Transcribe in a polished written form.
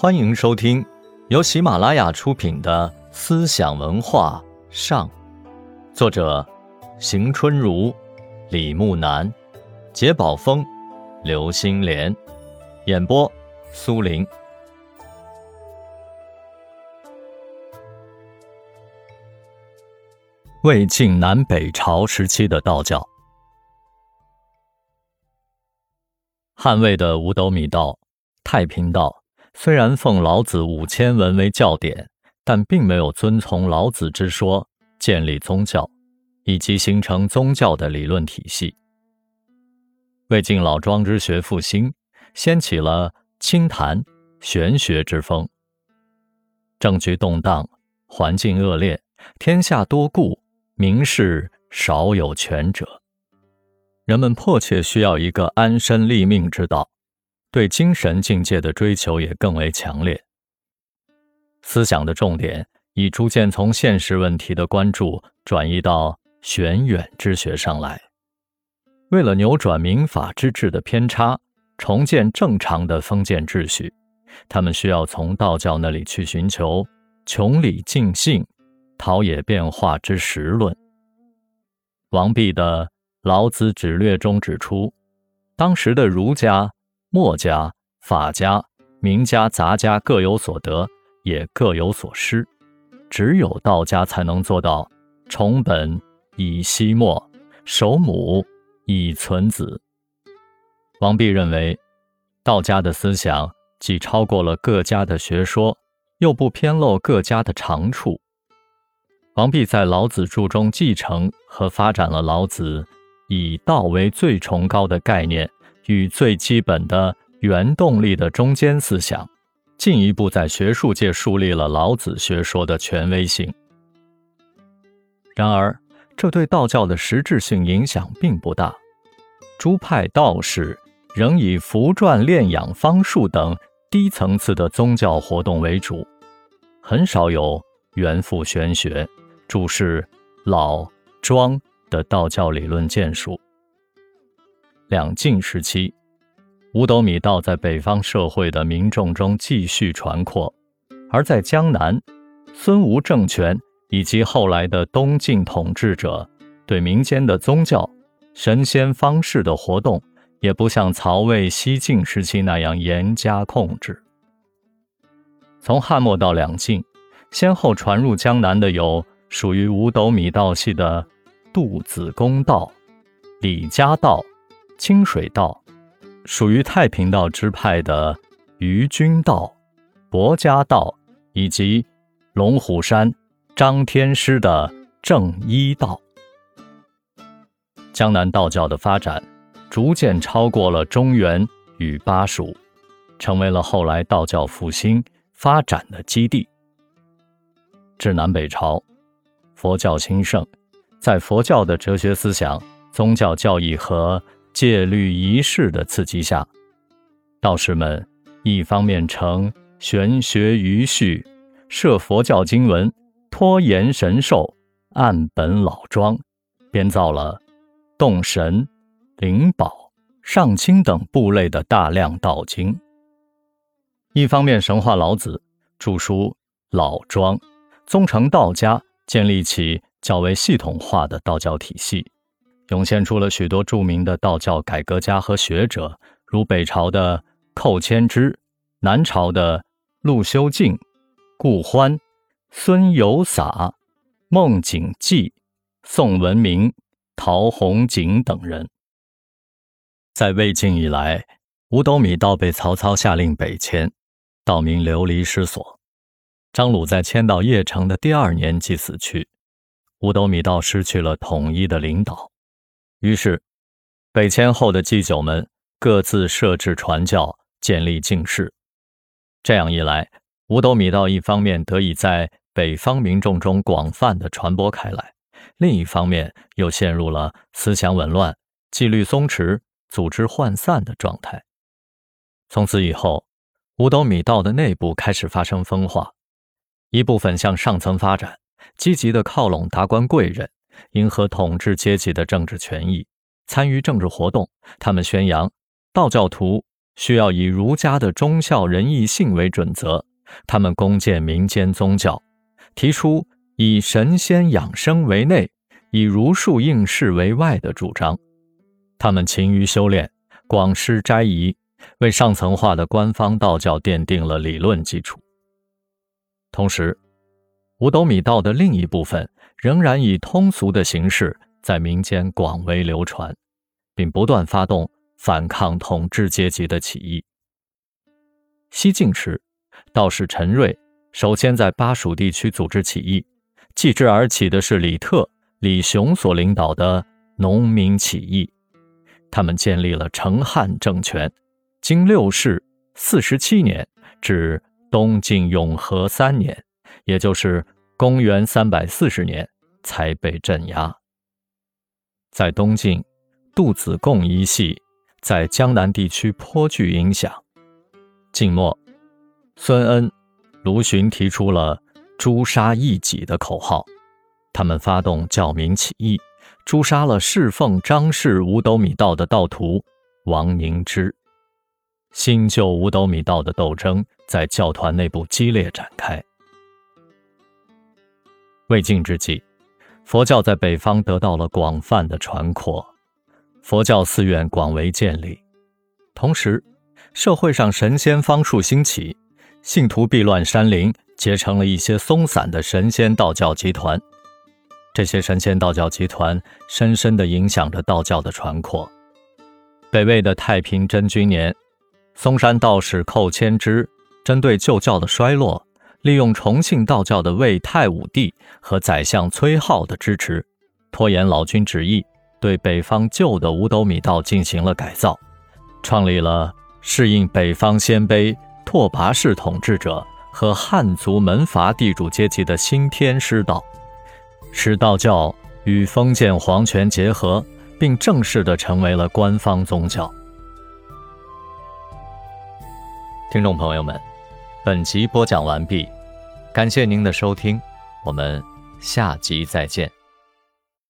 欢迎收听由喜马拉雅出品的《思想文化上》，作者邢春如、李木南、杰宝峰、刘星莲，演播苏林。魏晋南北朝时期的道教。汉魏的五斗米道、太平道虽然奉老子5000文为教典，但并没有遵从老子之说建立宗教，以及形成宗教的理论体系。魏晋老庄之学复兴，掀起了清谈玄学之风。政局动荡，环境恶劣，天下多故，名士少有权者。人们迫切需要一个安身立命之道，对精神境界的追求也更为强烈。思想的重点已逐渐从现实问题的关注转移到玄远之学上来。为了扭转民法之治的偏差，重建正常的封建秩序，他们需要从道教那里去寻求穷理尽性、陶冶变化之实论。王弼的《老子指略》中指出，当时的儒家、墨家、法家、名家、杂家各有所得，也各有所失，只有道家才能做到崇本以息末，守母以存子。王弼认为，道家的思想既超过了各家的学说，又不偏漏各家的长处。王弼在《老子注》中继承和发展了老子以道为最崇高的概念与最基本的原动力的中间思想，进一步在学术界树立了老子学说的权威性。然而，这对道教的实质性影响并不大。诸派道士仍以符篆炼养方术等低层次的宗教活动为主，很少有原附玄学、注释老庄的道教理论建树。两晋时期，五斗米道在北方社会的民众中继续传扩，而在江南，孙吴政权以及后来的东晋统治者对民间的宗教、神仙方式的活动也不像曹魏、西晋时期那样严加控制。从汉末到两晋，先后传入江南的有属于五斗米道系的杜子公道、李家道、清水道，属于太平道支派的于君道、伯家道，以及龙虎山张天师的正一道。江南道教的发展逐渐超过了中原与巴蜀，成为了后来道教复兴发展的基地。至南北朝，佛教兴盛，在佛教的哲学思想、宗教教义和戒律仪式的刺激下，道士们一方面乘玄学余序，设佛教经文，拖延神兽，按本老庄，编造了洞神、灵宝、上清等部类的大量道经；一方面神化老子，著书老庄，宗承道家，建立起较为系统化的道教体系，涌现出了许多著名的道教改革家和学者，如北朝的寇谦之、南朝的陆修静、顾欢、孙有洒、孟景季、宋文明、陶弘景等人。在魏晋以来，五斗米道被曹操下令北迁，道民流离失所。张鲁在迁到邺城的第2年即死去，五斗米道失去了统一的领导。于是，北迁后的祭酒们各自设置传教，建立境室。这样一来，五斗米道一方面得以在北方民众中广泛地传播开来，另一方面又陷入了思想紊乱、纪律松弛、组织涣散的状态。从此以后，五斗米道的内部开始发生分化，一部分向上层发展，积极地靠拢达官贵人，迎合统治阶级的政治权益，参与政治活动。他们宣扬道教徒需要以儒家的忠孝仁义信为准则，他们攻建民间宗教，提出以神仙养生为内，以儒术应试为外的主张。他们勤于修炼，广施斋仪，为上层化的官方道教奠定了理论基础。同时，五斗米道的另一部分仍然以通俗的形式在民间广为流传，并不断发动反抗统治阶级的起义。西晋时，道士陈瑞首先在巴蜀地区组织起义，继之而起的是李特、李雄所领导的农民起义。他们建立了成汉政权，经6世47年至东晋永和3年，也就是公元340年才被镇压。在东晋，杜子贡一系在江南地区颇具影响。晋末，孙恩、卢循提出了诛杀异己的口号，他们发动教民起义，诛杀了侍奉张氏五斗米道的道徒王凝之。新旧五斗米道的斗争在教团内部激烈展开。魏晋之际，佛教在北方得到了广泛的传扩，佛教寺院广为建立。同时，社会上神仙方术兴起，信徒避乱山林，结成了一些松散的神仙道教集团。这些神仙道教集团深深地影响着道教的传扩。北魏的太平真君年，嵩山道士寇谦之针对旧教的衰落，利用重庆道教的魏太武帝和宰相崔浩的支持，拖延老君旨意，对北方旧的五斗米道进行了改造，创立了适应北方鲜卑、拓跋氏统治者和汉族门阀地主阶级的新天师道，使道教与封建皇权结合，并正式地成为了官方宗教。听众朋友们，本集播讲完毕，感谢您的收听，我们下集再见。